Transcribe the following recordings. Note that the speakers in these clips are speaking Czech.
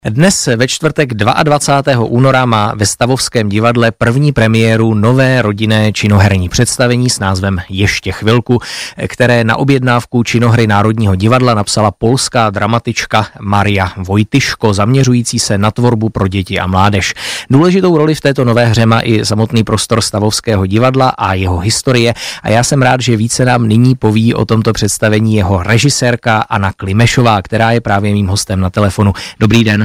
Dnes ve čtvrtek 22. února má ve Stavovském divadle první premiéru nové rodinné činoherní představení s názvem Ještě chvilku, které na objednávku činohry Národního divadla napsala polská dramatička Maria Vojtyško, zaměřující se na tvorbu pro děti a mládež. Důležitou roli v této nové hře má i samotný prostor Stavovského divadla a jeho historie a já jsem rád, že více nám nyní poví o tomto představení jeho režisérka Anna Klimešová, která je právě mým hostem na telefonu. Dobrý den.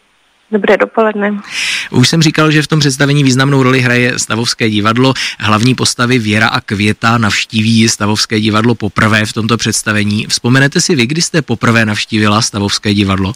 Dobré dopoledne. Už jsem říkal, že v tom představení významnou roli hraje Stavovské divadlo. Hlavní postavy Věra a Květa navštíví Stavovské divadlo poprvé v tomto představení. Vzpomenete si vy, kdy jste poprvé navštívila Stavovské divadlo?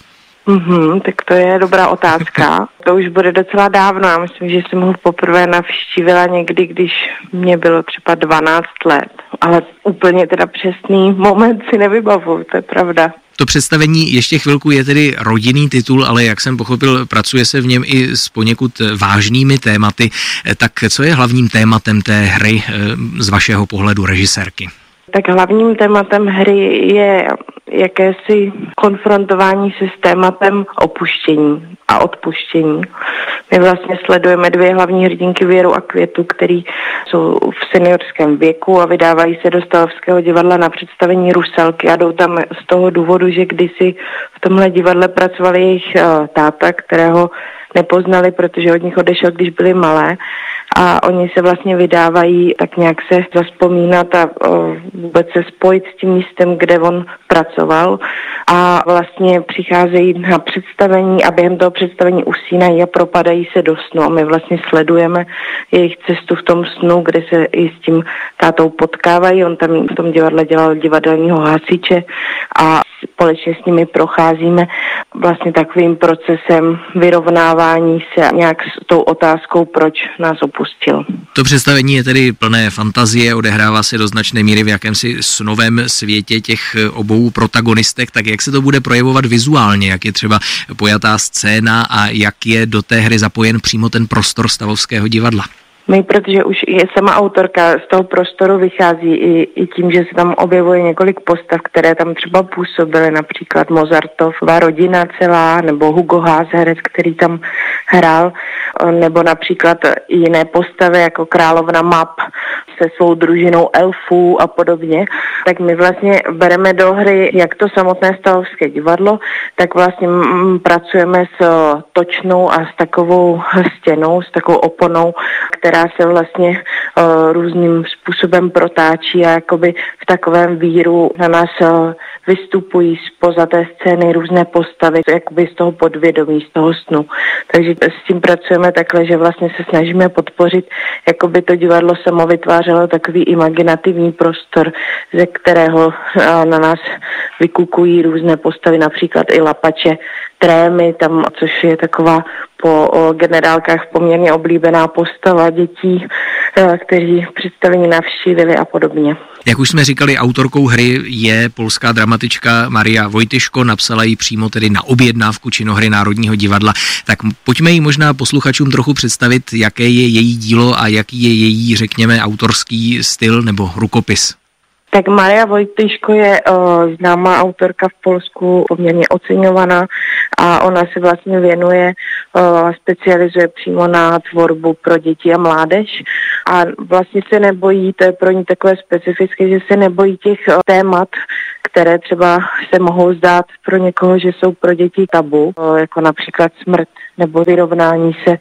Tak to je dobrá otázka. To už bude docela dávno. Já myslím, že jsem ho poprvé navštívila někdy, když mě bylo třeba 12 let. Ale úplně teda přesný moment si nevybavuju, to je pravda. To představení Ještě chvilku je tedy rodinný titul, ale jak jsem pochopil, pracuje se v něm i s poněkud vážnými tématy. Tak co je hlavním tématem té hry z vašeho pohledu režisérky? Tak hlavním tématem hry je jakési konfrontování se s tématem opuštění a odpuštění. My vlastně sledujeme dvě hlavní hrdinky, Věru a Květu, který jsou v seniorském věku a vydávají se do Stavovského divadla na představení Rusalky a jdou tam z toho důvodu, že kdysi v tomhle divadle pracoval jejich táta, kterého nepoznali, protože od nich odešel, když byli malé. A oni se vlastně vydávají tak nějak se zazpomínat a vůbec se spojit s tím místem, kde on pracoval. A vlastně přicházejí na představení a během toho představení usínají a propadají se do snu. A my vlastně sledujeme jejich cestu v tom snu, kde se i s tím tátou potkávají. On tam v tom divadle dělal divadelního hasiče a společně s nimi procházíme vlastně takovým procesem vyrovnávání se nějak s tou otázkou, proč nás opustil. To představení je tedy plné fantazie, odehrává se do značné míry v jakémsi snovém světě těch obou protagonistek, tak jak se to bude projevovat vizuálně, jak je třeba pojatá scéna a jak je do té hry zapojen přímo ten prostor Stavovského divadla? My, protože už je sama autorka z toho prostoru vychází i tím, že se tam objevuje několik postav, které tam třeba působily, například Mozartova rodina celá, nebo Hugo Haas, herec, který tam hrál, nebo například i jiné postavy, jako královna Map se svou družinou elfů a podobně. Tak my vlastně bereme do hry jak to samotné Stavovské divadlo, tak vlastně pracujeme s točnou a s takovou stěnou, s takovou oponou, která se vlastně různým způsobem protáčí a jakoby v takovém víru na nás vystupují zpoza té scény různé postavy, jakoby z toho podvědomí, z toho snu. Takže s tím pracujeme takhle, že vlastně se snažíme podpořit, jakoby to divadlo samo vytvářelo takový imaginativní prostor, ze kterého na nás vykukují různé postavy, například i Lapače Trémy, tam, což je taková po generálkách poměrně oblíbená postava dětí, kteří představení navštívili a podobně. Jak už jsme říkali, autorkou hry je polská dramatička Maria Vojtyško, napsala ji přímo tedy na objednávku činohry Národního divadla. Tak pojďme ji možná posluchačům trochu představit, jaké je její dílo a jaký je její, řekněme, autorský styl nebo rukopis. Tak Maria Vojtyško je známá autorka v Polsku, poměrně oceňovaná a ona se vlastně věnuje, specializuje přímo na tvorbu pro děti a mládež a vlastně se nebojí, to je pro ní takové specifické, že se nebojí těch témat, které třeba se mohou zdát pro někoho, že jsou pro děti tabu, jako například smrt nebo vyrovnání se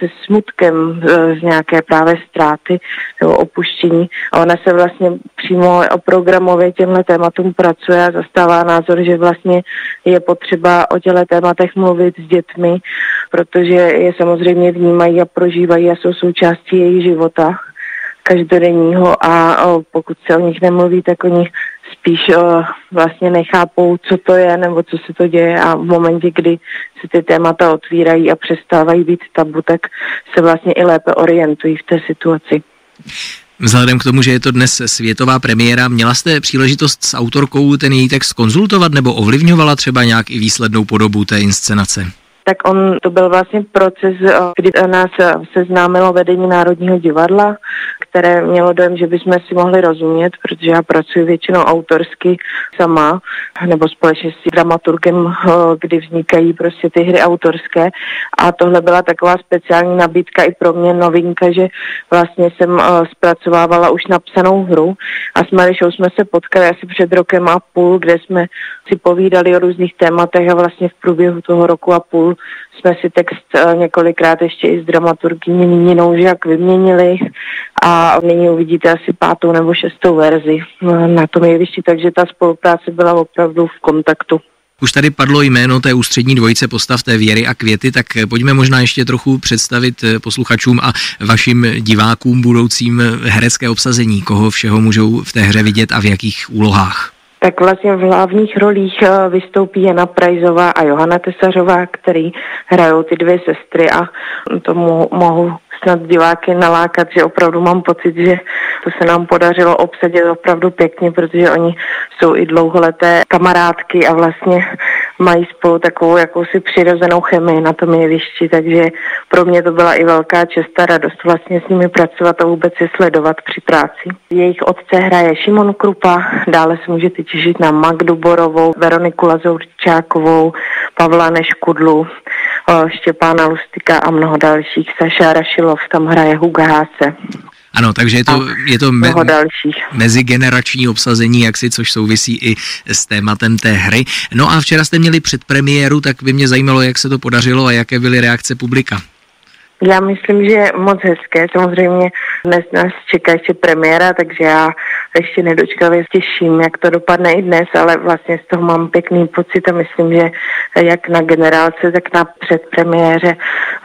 smutkem z nějaké právě ztráty nebo opuštění. A ona se vlastně přímo programově těmhle tématům pracuje a zastává názor, že vlastně je potřeba o těchto tématech mluvit s dětmi, protože je samozřejmě vnímají a prožívají a jsou součástí jejich života každodenního a pokud se o nich nemluví, tak oni spíš vlastně nechápou, co to je nebo co se to děje a v momentě, kdy se ty témata otvírají a přestávají být tabu, tak se vlastně i lépe orientují v té situaci. Vzhledem k tomu, že je to dnes světová premiéra, měla jste příležitost s autorkou ten její text konzultovat nebo ovlivňovala třeba nějak i výslednou podobu té inscenace? tak to byl vlastně proces, kdy nás seznámilo vedení Národního divadla, které mělo dojem, že bychom si mohli rozumět, protože já pracuji většinou autorsky sama, nebo společně s dramaturgem, kdy vznikají prostě ty hry autorské. A tohle byla taková speciální nabídka i pro mě novinka, že vlastně jsem zpracovávala už napsanou hru a s Marišou jsme se potkali asi před rokem a půl, kde jsme si povídali o různých tématech a vlastně v průběhu toho roku a půl jsme si text několikrát ještě i s dramaturgyní Ninou Žák vyměnili a nyní uvidíte asi 5. nebo 6. verzi na tom jevišti, takže ta spolupráce byla opravdu v kontaktu. Už tady padlo jméno té ústřední dvojice postav, té Věry a Květy, tak pojďme možná ještě trochu představit posluchačům a vašim divákům budoucím herecké obsazení, koho všeho můžou v té hře vidět a v jakých úlohách. Tak vlastně v hlavních rolích vystoupí Jana Prajzová a Johana Tesařová, který hrajou ty dvě sestry a tomu mohu snad diváky nalákat, že opravdu mám pocit, že to se nám podařilo obsadit opravdu pěkně, protože oni jsou i dlouholeté kamarádky a vlastně mají spolu takovou jakousi přirozenou chemii na tom jevišti, takže pro mě to byla i velká čest a radost vlastně s nimi pracovat a vůbec je sledovat při práci. Jejich otce hraje Šimon Krupa, dále se můžete těšit na Magdu Borovou, Veroniku Lazourčákovou, Pavla Neškudlu, Štěpána Lustika a mnoho dalších. Saša Rašilov tam hraje Huga Háse. Ano, takže je to mezigenerační obsazení, jaksi, což souvisí i s tématem té hry. No a včera jste měli předpremiéru, tak by mě zajímalo, jak se to podařilo a jaké byly reakce publika. Já myslím, že moc hezké. Samozřejmě dnes nás čeká ještě premiéra, takže já ještě nedočkavě těším, jak to dopadne i dnes, ale vlastně z toho mám pěkný pocit a myslím, že jak na generálce, tak na předpremiéře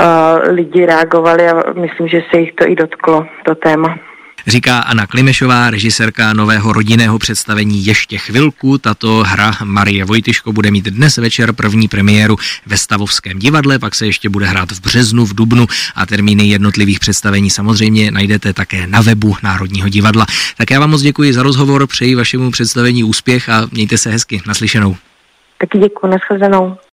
lidi reagovali a myslím, že se jich to i dotklo, to téma. Říká Anna Klimešová, režisérka nového rodinného představení Ještě chvilku. Tato hra Marie Vojtyško bude mít dnes večer první premiéru ve Stavovském divadle, pak se ještě bude hrát v březnu, v dubnu a termíny jednotlivých představení samozřejmě najdete také na webu Národního divadla. Tak já vám moc děkuji za rozhovor, přeji vašemu představení úspěch a mějte se hezky. Naslyšenou. Taky děkuji, nashledanou.